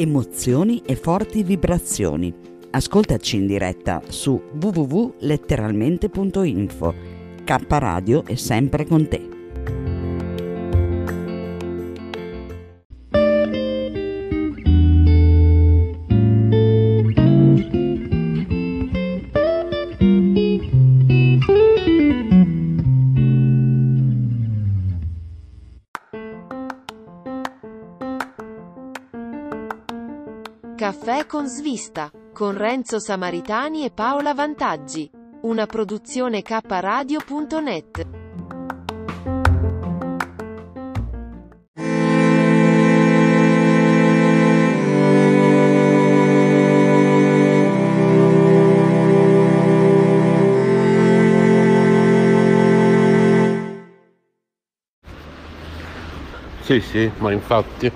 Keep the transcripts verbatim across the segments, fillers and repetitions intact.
emozioni e forti vibrazioni. Ascoltaci in diretta su w w w punto letteralmente punto info. K Radio è sempre con te. Caffè con svista, con Renzo Samaritani e Paola Vantaggi. Una produzione k radio punto net. Sì, sì, ma infatti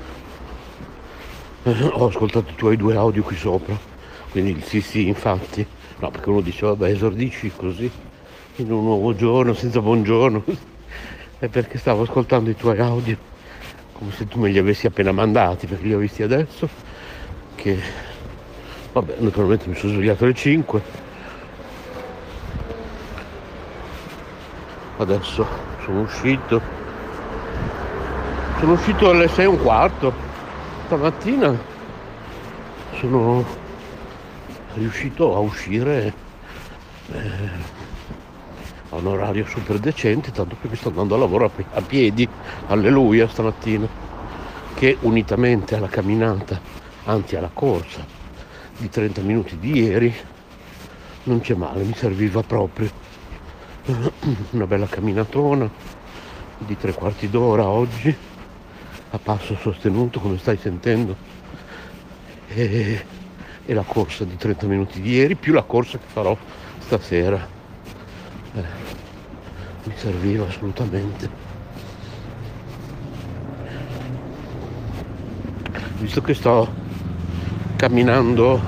ho ascoltato i tuoi due audio qui sopra, quindi il sì sì infatti, no, perché uno dice vabbè esordisci così in un nuovo giorno senza buongiorno, è perché stavo ascoltando i tuoi audio come se tu me li avessi appena mandati, perché li ho visti adesso, che vabbè naturalmente mi sono svegliato alle cinque, adesso sono uscito sono uscito alle sei e un quarto. Stamattina sono riuscito a uscire eh, a un orario super decente, tanto che mi sto andando a lavoro a, pi- a piedi, alleluia, stamattina, che unitamente alla camminata, anzi alla corsa di trenta minuti di ieri, non c'è male, mi serviva proprio una bella camminatona di tre quarti d'ora oggi, a passo sostenuto come stai sentendo, e, e la corsa di trenta minuti di ieri più la corsa che farò stasera eh, mi serviva assolutamente, visto che sto camminando,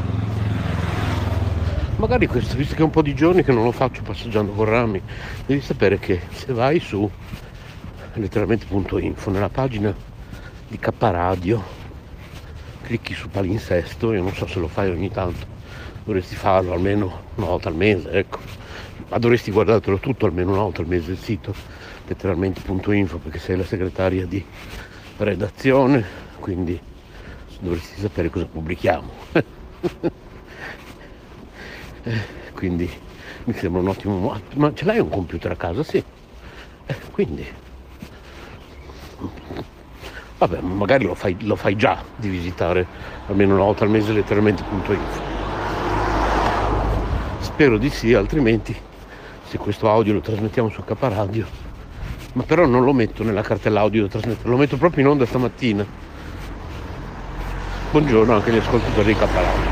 magari questo, visto che è un po' di giorni che non lo faccio passeggiando con rami, devi sapere che se vai su letteralmente punto info nella pagina di K Radio, clicchi su palinsesto, io non so se lo fai ogni tanto, dovresti farlo almeno una volta al mese, ecco, ma dovresti guardartelo tutto almeno una volta al mese il sito letteralmente punto info, perché sei la segretaria di redazione, quindi dovresti sapere cosa pubblichiamo. Quindi mi sembra un ottimo modo. Ma ce l'hai un computer a casa? Sì, eh, quindi vabbè, magari lo fai, lo fai già di visitare almeno una volta al mese letteralmente punto info. Spero di sì, altrimenti se questo audio lo trasmettiamo su K Radio, ma però non lo metto nella cartella audio da trasmettere, lo metto proprio in onda stamattina. Buongiorno anche agli ascoltatori di K Radio.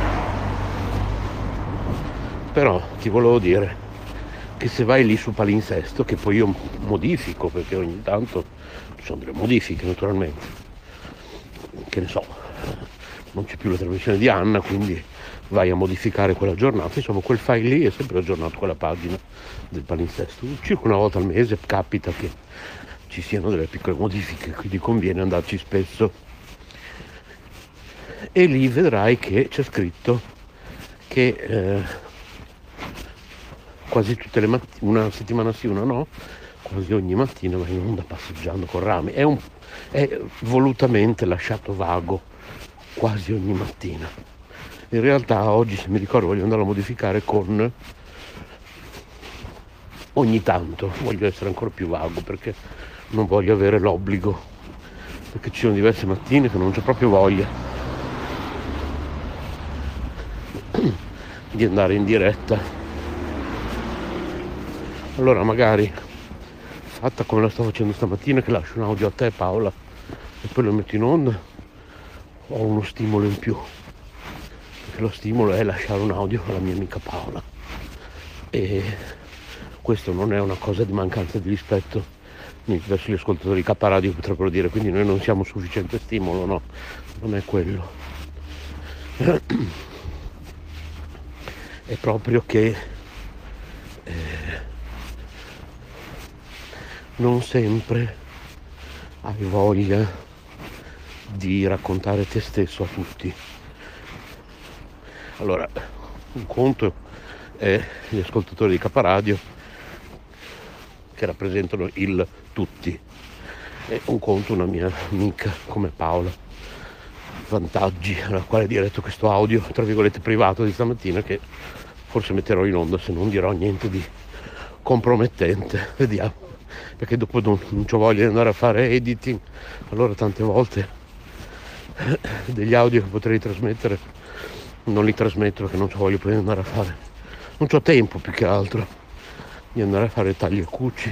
Però ti volevo dire che se vai lì su palinsesto, che poi io modifico perché ogni tanto ci sono delle modifiche naturalmente, che ne so, non c'è più la trasmissione di Anna, quindi vai a modificare quella giornata, insomma quel file lì è sempre aggiornato, quella pagina del palinsesto, circa una volta al mese capita che ci siano delle piccole modifiche, quindi conviene andarci spesso, e lì vedrai che c'è scritto che eh, quasi tutte le mattine, una settimana sì, una no, quasi ogni mattina vai in onda passeggiando con rami, è, un, è volutamente lasciato vago, quasi ogni mattina. In realtà oggi, se mi ricordo, voglio andare a modificare con ogni tanto, voglio essere ancora più vago perché non voglio avere l'obbligo, perché ci sono diverse mattine che non c'ho proprio voglia di andare in diretta. Allora magari, fatta come la sto facendo stamattina, che lascio un audio a te Paola e poi lo metto in onda, ho uno stimolo in più, perché lo stimolo è lasciare un audio alla mia amica Paola, e questo non è una cosa di mancanza di rispetto verso gli ascoltatori K Radio, potrebbero dire, quindi noi non siamo sufficiente stimolo, no, non è quello, è proprio che eh, non sempre hai voglia di raccontare te stesso a tutti. Allora, un conto è gli ascoltatori di K Radio che rappresentano il tutti, e un conto una mia amica come Paola Vantaggi, alla quale ho diretto questo audio tra virgolette privato di stamattina, che forse metterò in onda se non dirò niente di compromettente, vediamo, perché dopo non, non c'ho voglia di andare a fare editing, allora tante volte degli audio che potrei trasmettere non li trasmetto perché non c'ho voglia poi di andare a fare, non c'ho tempo più che altro di andare a fare tagli e cuci.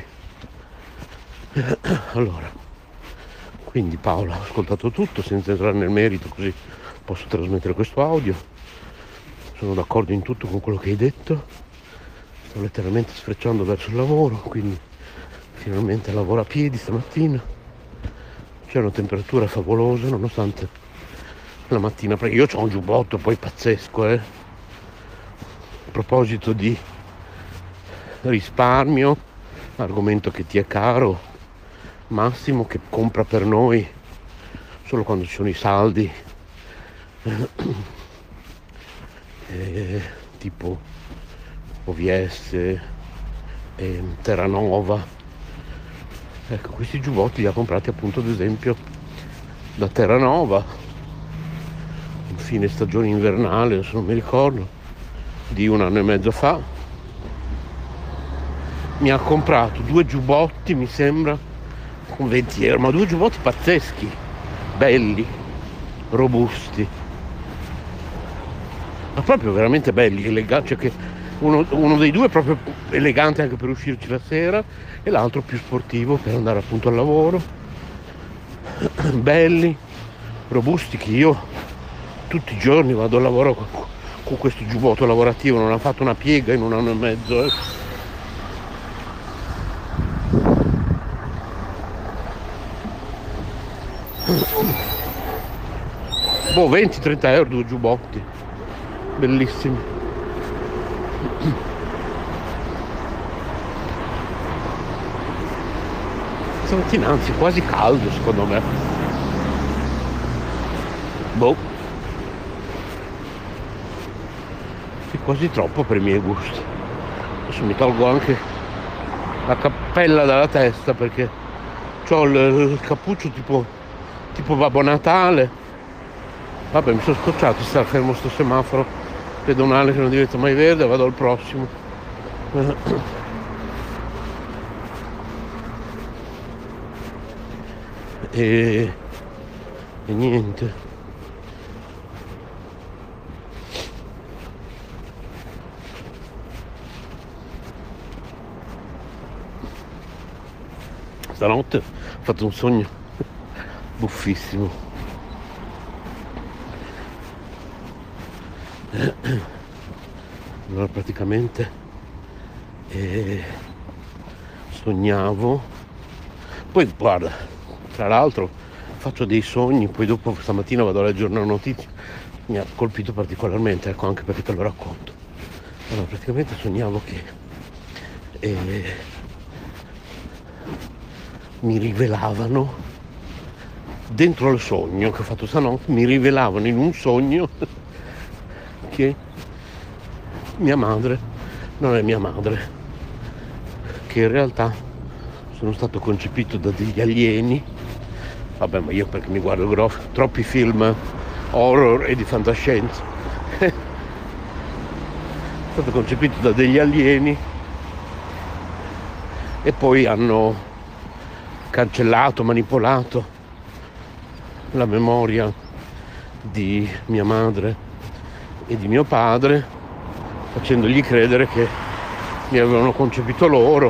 Allora, quindi Paola, ho ascoltato tutto senza entrare nel merito, così posso trasmettere questo audio. Sono d'accordo in tutto con quello che hai detto, sto letteralmente sfrecciando verso il lavoro, quindi finalmente lavoro a piedi stamattina, c'è una temperatura favolosa nonostante la mattina, perché io ho un giubbotto poi pazzesco, eh. A proposito di risparmio, argomento che ti è caro, Massimo, che compra per noi solo quando ci sono i saldi, eh, tipo O V S, eh, Terranova. Ecco, questi giubbotti li ha comprati appunto ad esempio da Terranova in fine stagione invernale, adesso non mi ricordo, di un anno e mezzo fa. Mi ha comprato due giubbotti, mi sembra, con venti euro, ma due giubbotti pazzeschi, belli, robusti, ma proprio veramente belli, eleganti, cioè che uno, uno dei due è proprio elegante anche per uscirci la sera e l'altro più sportivo per andare appunto al lavoro, belli, robusti, che io tutti i giorni vado al lavoro con, con questo giubbotto lavorativo, non ha fatto una piega in un anno e mezzo, eh. Boh, venti trenta euro due giubbotti bellissimi. Stamattina anzi quasi caldo secondo me, boh, sì, quasi troppo per i miei gusti. Adesso mi tolgo anche la cappella dalla testa perché ho il, il cappuccio tipo tipo Babbo Natale. Vabbè, mi sono scocciato di stare fermo sto semaforo pedonale che non diventa mai verde, vado al prossimo. E, e niente. Stanotte ho fatto un sogno buffissimo. Allora praticamente eh, sognavo, poi guarda, tra l'altro faccio dei sogni, poi dopo stamattina vado a leggere una notizia, mi ha colpito particolarmente, ecco, anche perché te lo racconto. Allora praticamente sognavo che eh, mi rivelavano dentro il sogno che ho fatto stanotte, mi rivelavano in un sogno che mia madre non è mia madre, che in realtà sono stato concepito da degli alieni. Vabbè, ma io perché mi guardo grof, troppi film horror e di fantascienza. Sono stato concepito da degli alieni e poi hanno cancellato, manipolato la memoria di mia madre e di mio padre, facendogli credere che mi avevano concepito loro.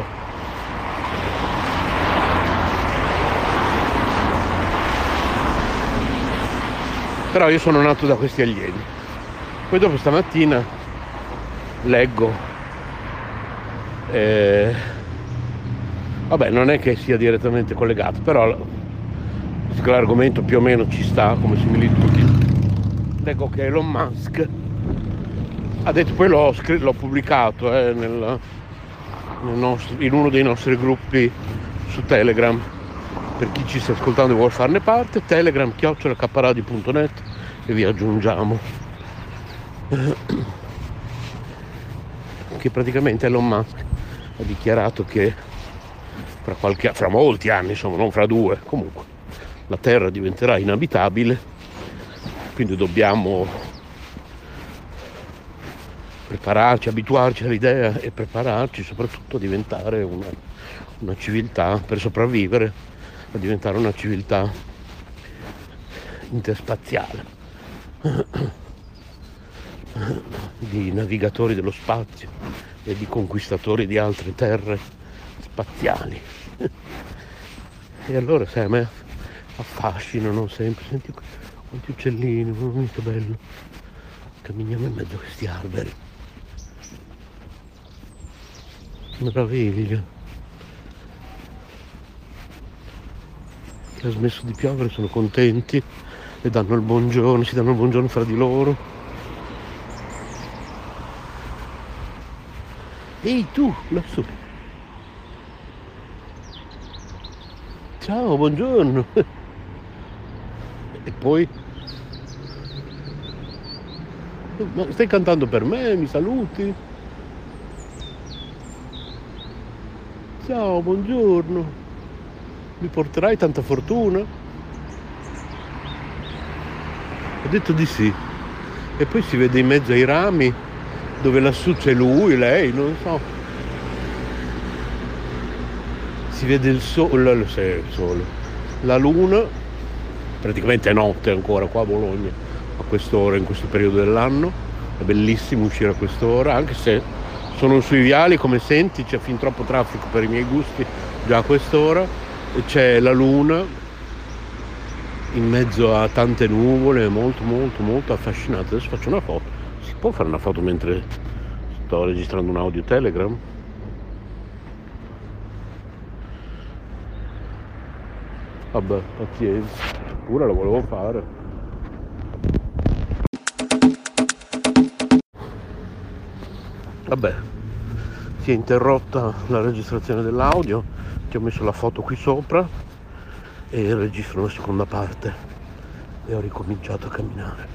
Però io sono nato da questi alieni. Poi dopo stamattina leggo, eh, vabbè, non è che sia direttamente collegato, però l'argomento più o meno ci sta come similitudine. Leggo che Elon Musk ha detto, poi l'ho, scritto, l'ho pubblicato eh, nel, nel nostro, in uno dei nostri gruppi su Telegram, Per chi ci sta ascoltando e vuole farne parte, Telegram chiocciola karadio punto net e vi aggiungiamo. Che praticamente Elon Musk ha dichiarato che fra, qualche, fra molti anni, insomma non fra due, comunque la Terra diventerà inabitabile, quindi dobbiamo prepararci, abituarci all'idea e prepararci soprattutto a diventare una, una civiltà, per sopravvivere, a diventare una civiltà interspaziale, di navigatori dello spazio e di conquistatori di altre terre spaziali. E allora sai, a me affascinano sempre, senti quanti uccellini, che bello, camminiamo in mezzo a questi alberi, meraviglia. Che ha smesso di piovere, sono contenti e danno il buongiorno, si danno il buongiorno fra di loro. Ehi tu, lassù, ciao, buongiorno. E poi, ma stai cantando per me, mi saluti? Ciao, buongiorno, mi porterai tanta fortuna? Ho detto di sì. E poi si vede in mezzo ai rami, dove lassù c'è lui, lei, non so. Si vede il sole, il sole, la luna, praticamente è notte ancora qua a Bologna, a quest'ora, in questo periodo dell'anno. È bellissimo uscire a quest'ora, anche se sono sui viali, come senti, c'è fin troppo traffico per i miei gusti già a quest'ora. E c'è la luna in mezzo a tante nuvole, molto molto molto affascinante. Adesso faccio una foto. Si può fare una foto mentre sto registrando un audio Telegram? Vabbè, pazienza, pure la volevo fare. Vabbè, si è interrotta la registrazione dell'audio, ti ho messo la foto qui sopra e registro la seconda parte e ho ricominciato a camminare.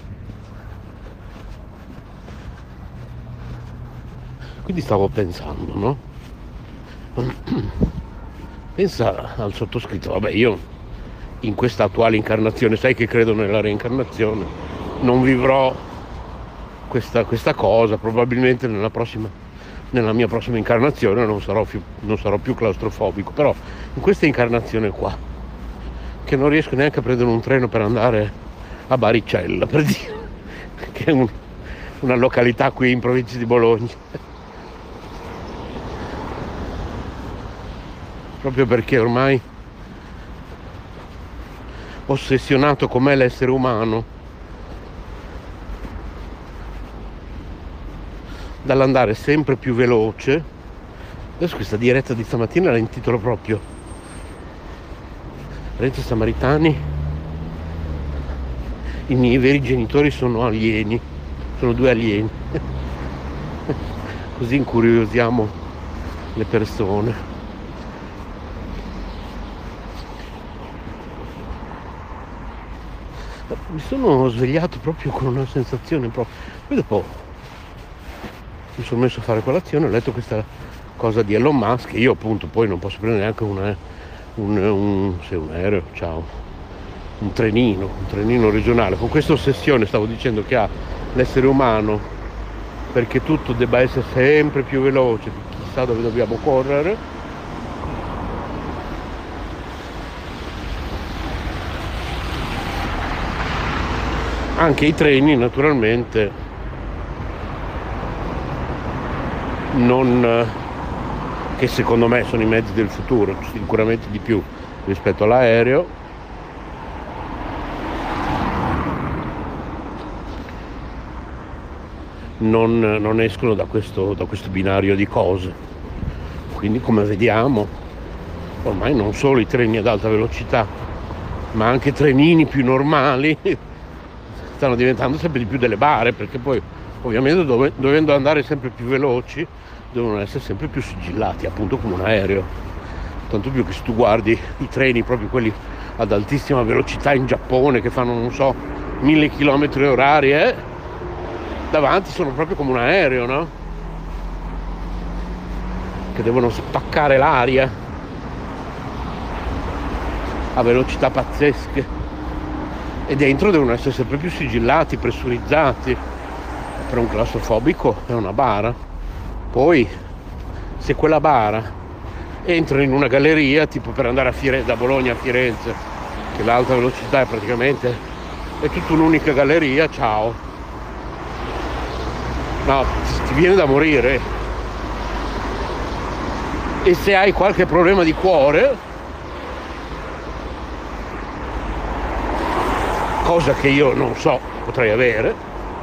Quindi stavo pensando, no? Pensa al sottoscritto, vabbè, io in questa attuale incarnazione, sai che credo nella reincarnazione, non vivrò questa, questa cosa, probabilmente nella prossima, nella mia prossima incarnazione non sarò più, non sarò più claustrofobico, però in questa incarnazione qua, che non riesco neanche a prendere un treno per andare a Baricella, per dire, che è un, una località qui in provincia di Bologna, proprio perché ormai ossessionato com'è l'essere umano dall'andare sempre più veloce. Adesso questa diretta di stamattina la intitolo proprio Renzo Samaritani, i miei veri genitori sono alieni, sono due alieni. Così incuriosiamo le persone. Mi sono svegliato proprio con una sensazione proprio. Poi dopo mi sono messo a fare colazione, ho letto questa cosa di Elon Musk, e io appunto poi non posso prendere neanche una, un, un, se un aereo, ciao, un trenino, un trenino regionale, con questa ossessione, stavo dicendo, che ha l'essere umano, perché tutto debba essere sempre più veloce, chissà dove dobbiamo correre. Anche i treni naturalmente non, che secondo me sono i mezzi del futuro, sicuramente di più rispetto all'aereo, non, non escono da questo, da questo binario di cose. Quindi, come vediamo, ormai non solo i treni ad alta velocità, ma anche trenini più normali stanno diventando sempre di più delle bare, perché poi ovviamente dove, dovendo andare sempre più veloci devono essere sempre più sigillati, appunto come un aereo. tanto più che se tu guardi i treni, proprio quelli ad altissima velocità in Giappone, che fanno, non so, mille chilometri orari, eh? Davanti sono proprio come un aereo, no? Che devono spaccare l'aria a velocità pazzesche, e dentro devono essere sempre più sigillati, pressurizzati. Per un claustrofobico è una bara. Poi se quella bara entra in una galleria, tipo per andare a Firenze, da Bologna a Firenze, che l'alta velocità è praticamente è tutta un'unica galleria, ciao, no, ti, ti viene da morire. E se hai qualche problema di cuore, cosa che io non so, potrei avere,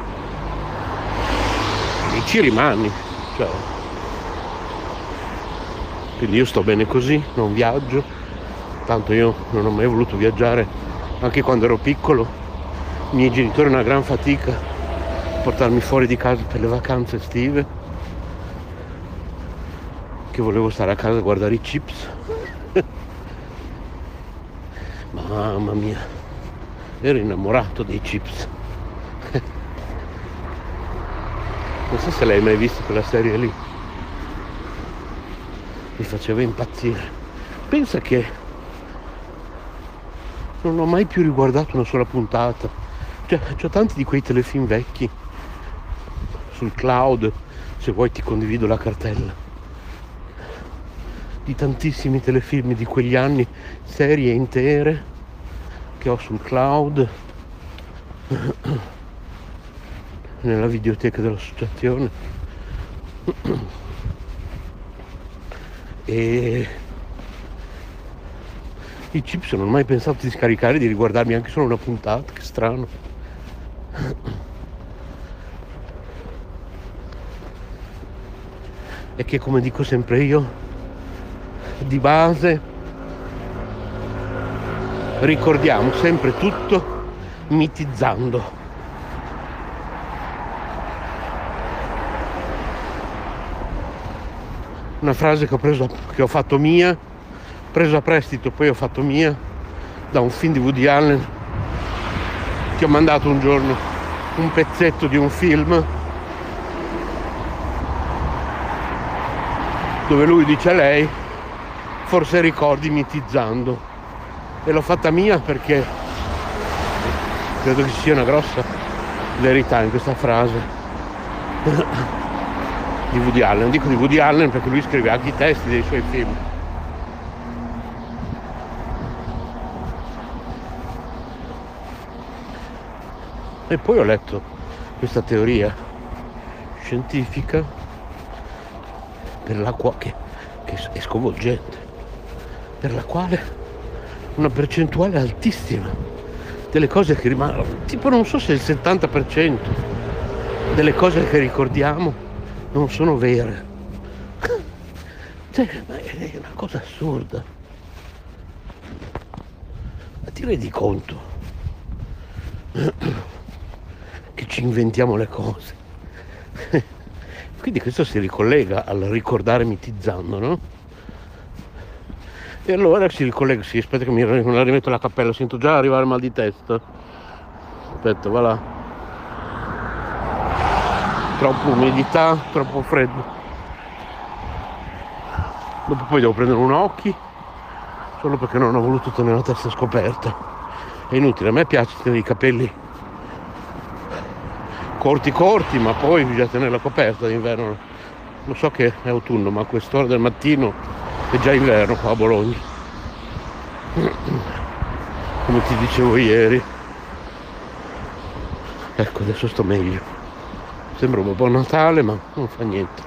e ci rimani, cioè. Quindi io sto bene così, non viaggio, tanto io non ho mai voluto viaggiare, anche quando ero piccolo. I miei genitori una gran fatica a portarmi fuori di casa per le vacanze estive, che volevo stare a casa a guardare i chips. Mamma mia, ero innamorato dei chips. Non so se l'hai mai visto quella serie lì, mi faceva impazzire. Pensa che non ho mai più riguardato una sola puntata. Cioè, c'ho tanti di quei telefilm vecchi sul cloud, se vuoi ti condivido la cartella di tantissimi telefilm di quegli anni, serie intere che ho sul cloud nella videoteca dell'associazione. E i chips non ho mai pensato di scaricare, di riguardarmi anche solo una puntata, che strano. E che, come dico sempre io, di base ricordiamo sempre tutto mitizzando. Una frase che ho preso, che ho fatto mia, preso a prestito, poi ho fatto mia da un film di Woody Allen. Ti ho mandato un giorno un pezzetto di un film dove lui dice a lei: forse ricordi mitizzando. E l'ho fatta mia perché credo che ci sia una grossa verità in questa frase di Woody Allen. Dico di Woody Allen perché lui scrive anche i testi dei suoi film. E poi ho letto questa teoria scientifica per la qua- che, che è sconvolgente, per la quale una percentuale altissima delle cose che rimangono, tipo non so se il settanta per cento delle cose che ricordiamo non sono vere. Cioè, ma è una cosa assurda. Ma ti rendi conto che ci inventiamo le cose? Quindi questo si ricollega al ricordare mitizzando, no? E allora si ricollega, sì, aspetta che mi rimetto la cappella, sento già arrivare mal di testa. Aspetta, va là. Troppo umidità, troppo freddo. Dopo poi devo prendere un occhi, solo perché non ho voluto tenere la testa scoperta. È inutile, a me piace tenere i capelli corti corti, ma poi bisogna tenerla coperta d'inverno. Lo so che è autunno, ma a quest'ora del mattino è già inverno qua a Bologna. Come ti dicevo ieri. Ecco, adesso sto meglio. Sembra un po' Natale, ma non fa niente.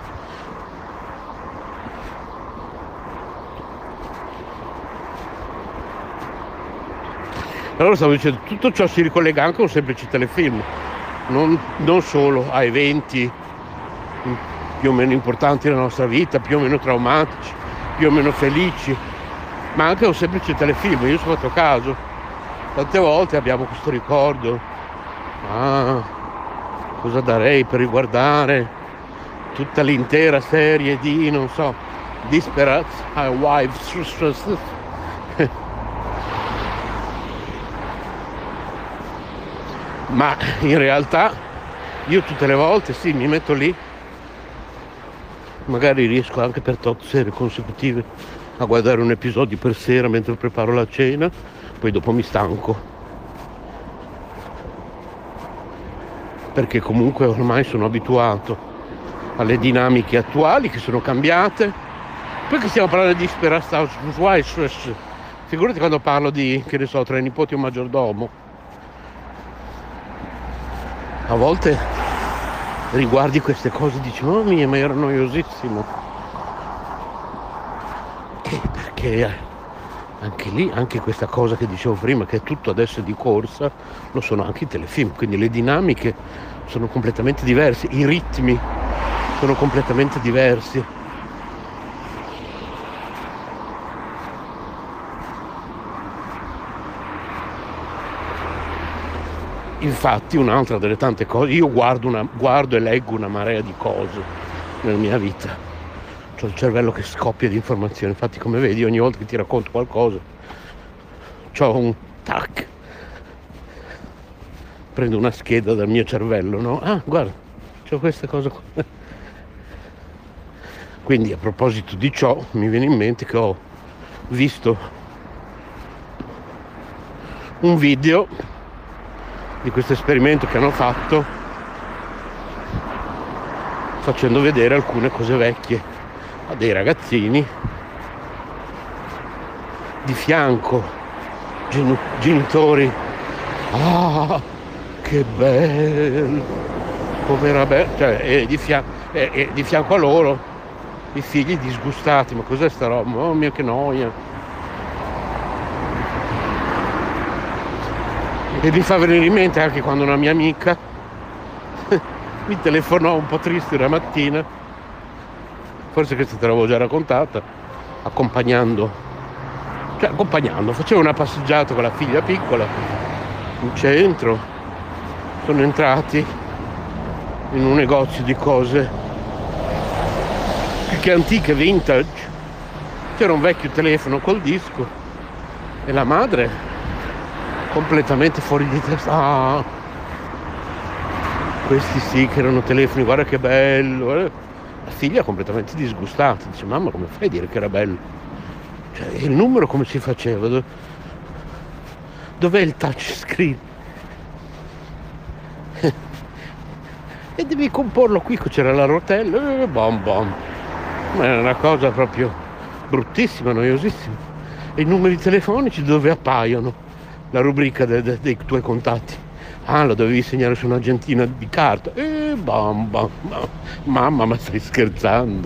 Allora stavo dicendo, tutto ciò si ricollega anche a un semplice telefilm, non, non solo a eventi più o meno importanti nella nostra vita, più o meno traumatici, più o meno felici, ma anche a un semplice telefilm. Io ci ho fatto caso, tante volte abbiamo questo ricordo, ah, cosa darei per riguardare tutta l'intera serie di, non so, Disperate Housewives. Ma in realtà io tutte le volte sì, mi metto lì, magari riesco anche per tot serie consecutive a guardare un episodio per sera mentre preparo la cena, poi dopo mi stanco, perché comunque ormai sono abituato alle dinamiche attuali che sono cambiate. Poi che stiamo parlando di Disperate Housewives, figurati quando parlo di, che ne so, tre nipoti e un maggiordomo. A volte riguardi queste cose e dici, oh mia, ma era noiosissimo. E perché anche lì, anche questa cosa che dicevo prima, che tutto adesso è di corsa, lo sono anche i telefilm, quindi le dinamiche sono completamente diverse, i ritmi sono completamente diversi. Infatti un'altra delle tante cose, io guardo, una, guardo e leggo una marea di cose nella mia vita, ho il cervello che scoppia di informazioni, infatti come vedi ogni volta che ti racconto qualcosa c'ho un tac, prendo una scheda dal mio cervello, no? Ah, guarda, c'ho questa cosa qua. Quindi a proposito di ciò mi viene in mente che ho visto un video di questo esperimento che hanno fatto facendo vedere alcune cose vecchie a dei ragazzini di fianco, gen- genitori, ah che bello, come era bello, cioè, e di, fia- e, e di fianco a loro i figli disgustati, ma cos'è sta roba, oh mio che noia. E mi fa venire in mente anche quando una mia amica mi telefonò un po' triste una mattina, forse questa te l'avevo già raccontata, accompagnando, cioè accompagnando, facevo una passeggiata con la figlia piccola in centro, sono entrati in un negozio di cose più che antiche, vintage, c'era un vecchio telefono col disco e la madre completamente fuori di testa. Ah, questi sì che erano telefoni, guarda che bello. La figlia completamente disgustata, dice mamma come fai a dire che era bello, cioè il numero come si faceva, dov'è il touch screen? E devi comporlo qui, c'era la rotella, bom bom, ma era una cosa proprio bruttissima, noiosissima. E i numeri telefonici dove appaiono? La rubrica de, de, dei tuoi contatti, ah, lo dovevi segnare su un'agentina di carta, e bam, bam, bam. Mamma, ma stai scherzando?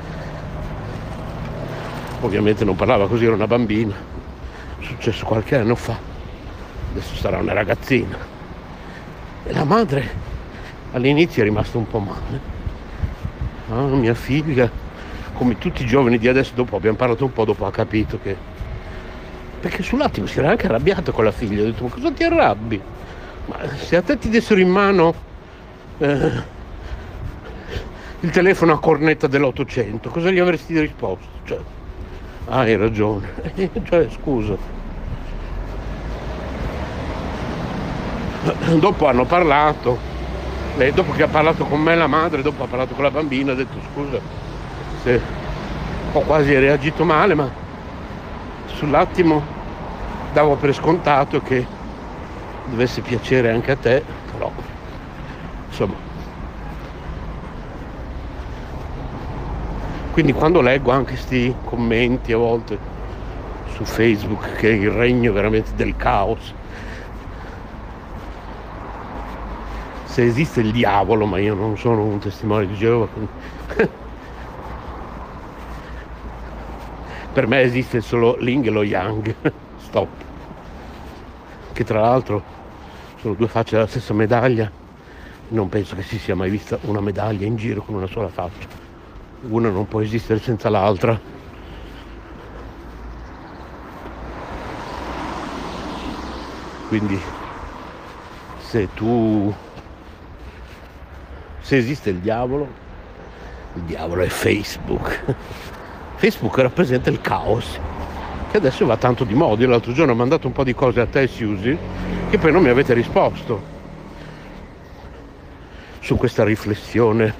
Ovviamente non parlava così, era una bambina, è successo qualche anno fa, adesso sarà una ragazzina. E la madre all'inizio è rimasta un po' male, ah, mia figlia, come tutti i giovani di adesso, dopo abbiamo parlato un po', dopo ha capito che, perché sull'attimo si era anche arrabbiato con la figlia, ho detto ma cosa ti arrabbi? Ma se a te ti dessero in mano eh, il telefono a cornetta dell'ottocento, cosa gli avresti risposto? Cioè, ah, hai ragione, cioè scusa. Dopo hanno parlato, lei, dopo che ha parlato con me la madre, dopo ha parlato con la bambina, ha detto scusa se ho quasi reagito male, ma sull'attimo davo per scontato che dovesse piacere anche a te, però insomma. Quindi quando leggo anche sti commenti a volte su Facebook che è il regno veramente del caos, se esiste il diavolo, ma io non sono un testimone di Geova, per me esiste solo l'Yin e lo Yang, stop, che tra l'altro sono due facce della stessa medaglia. Non penso che si sia mai vista una medaglia in giro con una sola faccia, una non può esistere senza l'altra. Quindi se tu se esiste il diavolo, il diavolo è Facebook. Facebook rappresenta il caos, che adesso va tanto di moda. Io l'altro giorno ho mandato un po' di cose a te, Susi, che poi non mi avete risposto su questa riflessione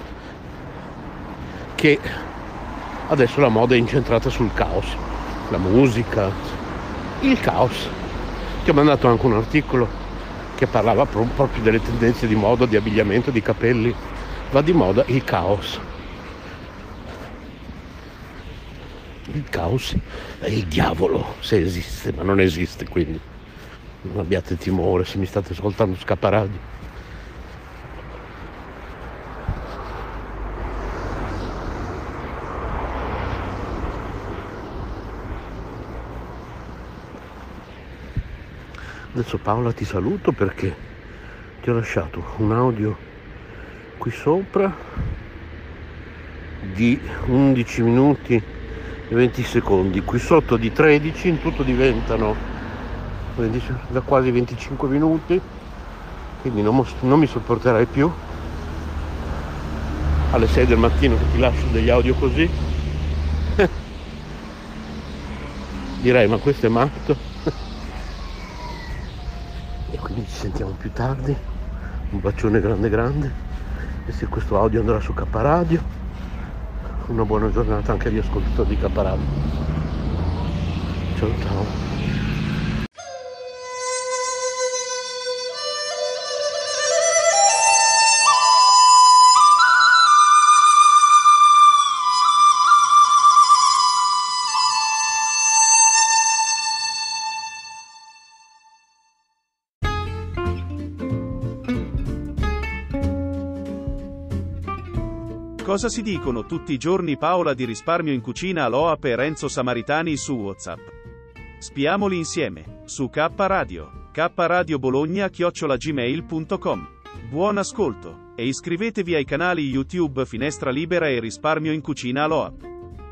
che adesso la moda è incentrata sul caos, la musica, il caos. Ti ho mandato anche un articolo che parlava pro- proprio delle tendenze di moda, di abbigliamento, di capelli. Va di moda il caos. Il caos è il diavolo, se esiste, ma non esiste, quindi non abbiate timore se mi state ascoltando Scapparadio. Adesso Paola ti saluto perché ti ho lasciato un audio qui sopra di undici minuti e venti secondi, qui sotto di tredici, in tutto diventano da quasi venticinque minuti, quindi non, mos- non mi sopporterai più alle sei del mattino che ti lascio degli audio così. Direi, ma questo è matto. E quindi ci sentiamo più tardi. Un bacione grande grande, e se questo audio andrà su K Radio, una buona giornata anche agli ascoltatori di K Radio. Ciao ciao. Cosa si dicono tutti i giorni Paola di Risparmio in Cucina all'O A P e Renzo Samaritani su WhatsApp? Spiamoli insieme, su K Radio, K Radio Bologna chiocciola gmail punto com. Buon ascolto, e iscrivetevi ai canali YouTube Finestra Libera e Risparmio in Cucina all'O A P.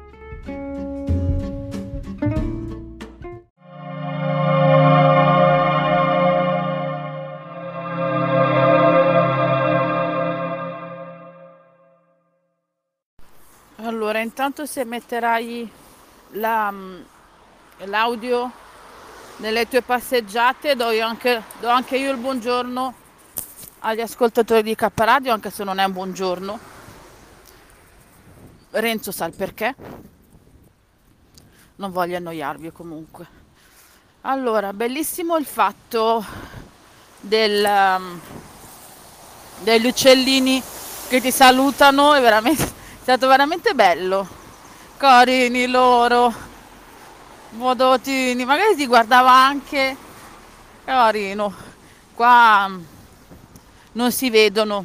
Allora, intanto se metterai la, l'audio nelle tue passeggiate, do, io anche, do anche io il buongiorno agli ascoltatori di K Radio, anche se non è un buongiorno. Renzo sa il perché. Non voglio annoiarvi comunque. Allora, bellissimo il fatto del, um, degli uccellini che ti salutano, è veramente... È stato veramente bello, carini loro, modotini, magari ti guardava anche, carino, qua non si vedono,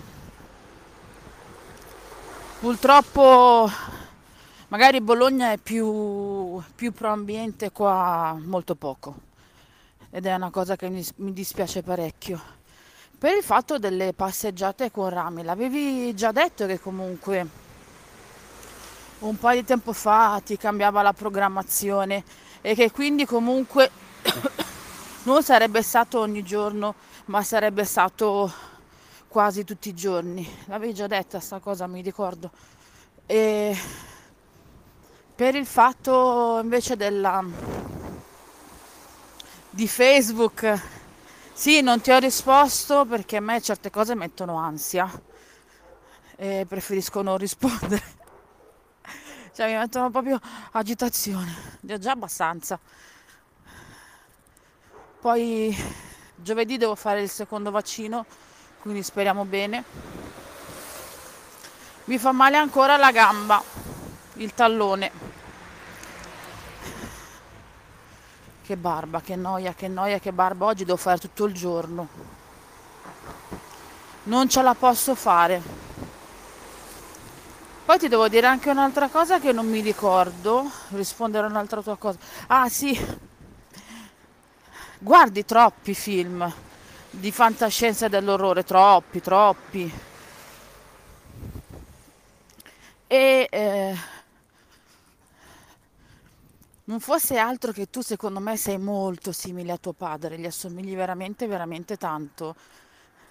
purtroppo magari Bologna è più, più pro ambiente, qua molto poco, ed è una cosa che mi, mi dispiace parecchio, per il fatto delle passeggiate con rami. L'avevi già detto che comunque un po' di tempo fa ti cambiava la programmazione e che quindi comunque non sarebbe stato ogni giorno, ma sarebbe stato quasi tutti i giorni. L'avevi già detta sta cosa, mi ricordo. E per il fatto invece della di Facebook, sì, non ti ho risposto perché a me certe cose mettono ansia e preferisco non rispondere. Cioè mi mettono proprio agitazione, già abbastanza. Poi giovedì devo fare il secondo vaccino, quindi speriamo bene. Mi fa male ancora la gamba, il tallone. Che barba, che noia, che noia, che barba. Oggi devo fare tutto il giorno. Non ce la posso fare. Poi ti devo dire anche un'altra cosa che non mi ricordo, rispondere a un'altra tua cosa. Ah sì, guardi troppi film di fantascienza e dell'orrore, troppi, troppi. E eh, non fosse altro che tu secondo me sei molto simile a tuo padre, gli assomigli veramente, veramente tanto.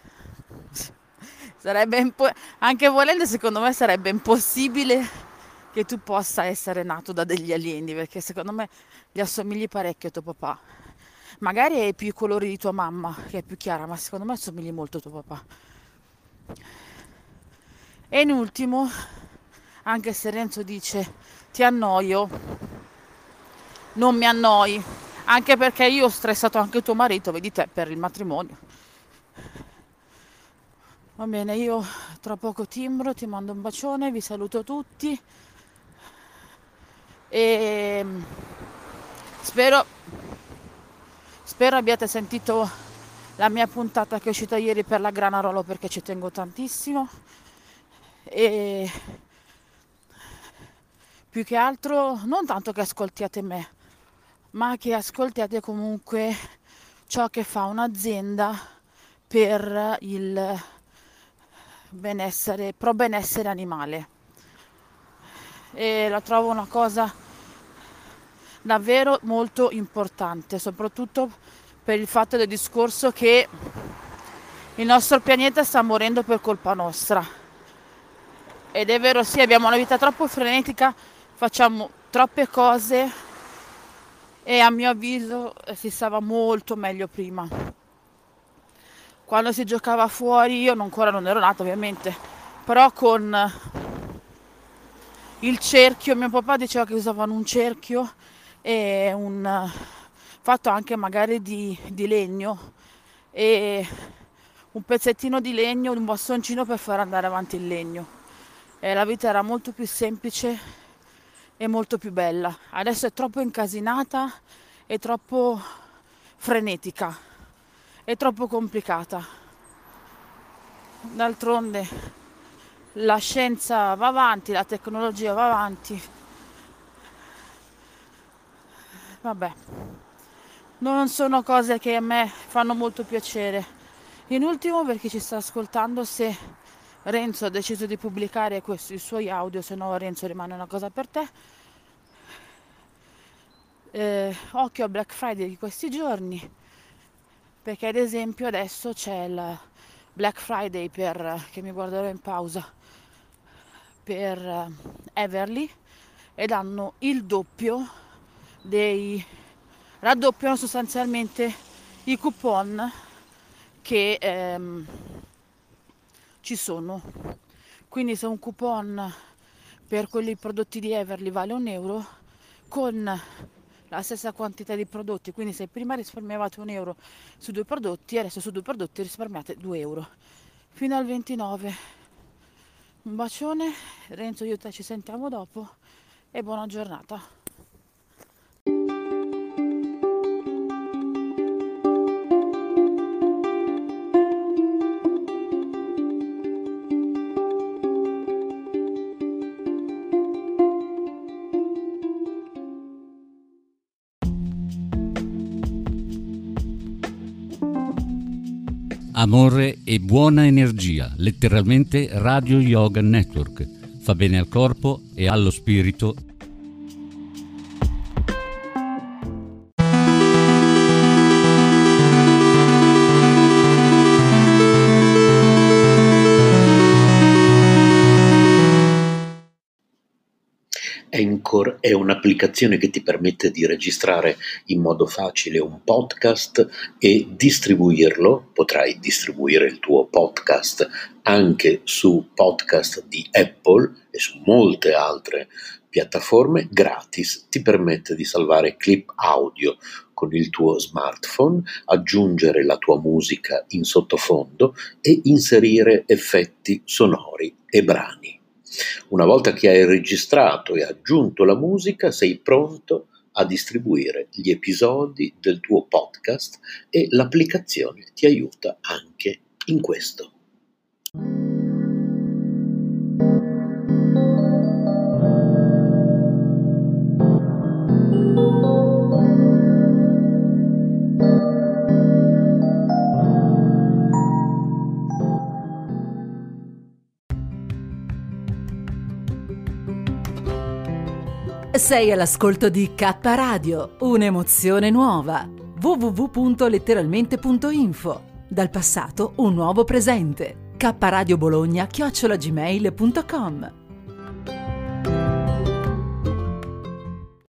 Sarebbe impo- anche volendo secondo me sarebbe impossibile che tu possa essere nato da degli alieni, perché secondo me gli assomigli parecchio a tuo papà. Magari hai più i colori di tua mamma, che è più chiara, ma secondo me assomigli molto a tuo papà. E in ultimo, anche se Renzo dice ti annoio, non mi annoi, anche perché io ho stressato anche tuo marito, vedi te, per il matrimonio. Va bene, io tra poco timbro, ti mando un bacione, vi saluto tutti e spero, spero abbiate sentito la mia puntata che è uscita ieri per la Granarolo, perché ci tengo tantissimo. E più che altro non tanto che ascoltiate me, ma che ascoltiate comunque ciò che fa un'azienda per il benessere, pro benessere animale, e la trovo una cosa davvero molto importante, soprattutto per il fatto del discorso che il nostro pianeta sta morendo per colpa nostra. Ed è vero, sì, abbiamo una vita troppo frenetica, facciamo troppe cose e a mio avviso si stava molto meglio prima. Quando si giocava fuori, io non, ancora non ero nata ovviamente, però con il cerchio, mio papà diceva che usavano un cerchio e un fatto anche magari di, di legno e un pezzettino di legno, un bastoncino per far andare avanti il legno. E la vita era molto più semplice e molto più bella. Adesso è troppo incasinata, è troppo frenetica, è troppo complicata. D'altronde la scienza va avanti, la tecnologia va avanti. Vabbè, non sono cose che a me fanno molto piacere. In ultimo, per chi ci sta ascoltando, se Renzo ha deciso di pubblicare questi, i suoi audio, se no Renzo rimane una cosa per te. Eh, occhio al Black Friday di questi giorni, perché ad esempio adesso c'è il Black Friday per, che mi guarderò in pausa, per Everly, e danno il doppio dei, raddoppiano sostanzialmente i coupon che ehm, ci sono. Quindi se un coupon per quelli prodotti di Everly vale un euro, con la stessa quantità di prodotti, quindi se prima risparmiavate un euro su due prodotti, adesso su due prodotti risparmiate due euro fino al ventinove. Un bacione, Renzo, io e te ci sentiamo dopo e buona giornata. Amore e buona energia, letteralmente Radio Yoga Network. Fa bene al corpo e allo spirito. Anchor è un'applicazione che ti permette di registrare in modo facile un podcast e distribuirlo. Potrai distribuire il tuo podcast anche su podcast di Apple e su molte altre piattaforme gratis. Ti permette di salvare clip audio con il tuo smartphone, aggiungere la tua musica in sottofondo e inserire effetti sonori e brani. Una volta che hai registrato e aggiunto la musica, sei pronto a distribuire gli episodi del tuo podcast e l'applicazione ti aiuta anche in questo. Sei all'ascolto di K Radio, un'emozione nuova. w w w punto letteralmente punto info. Dal passato un nuovo presente. K Radio Bologna chiocciola gmail punto com.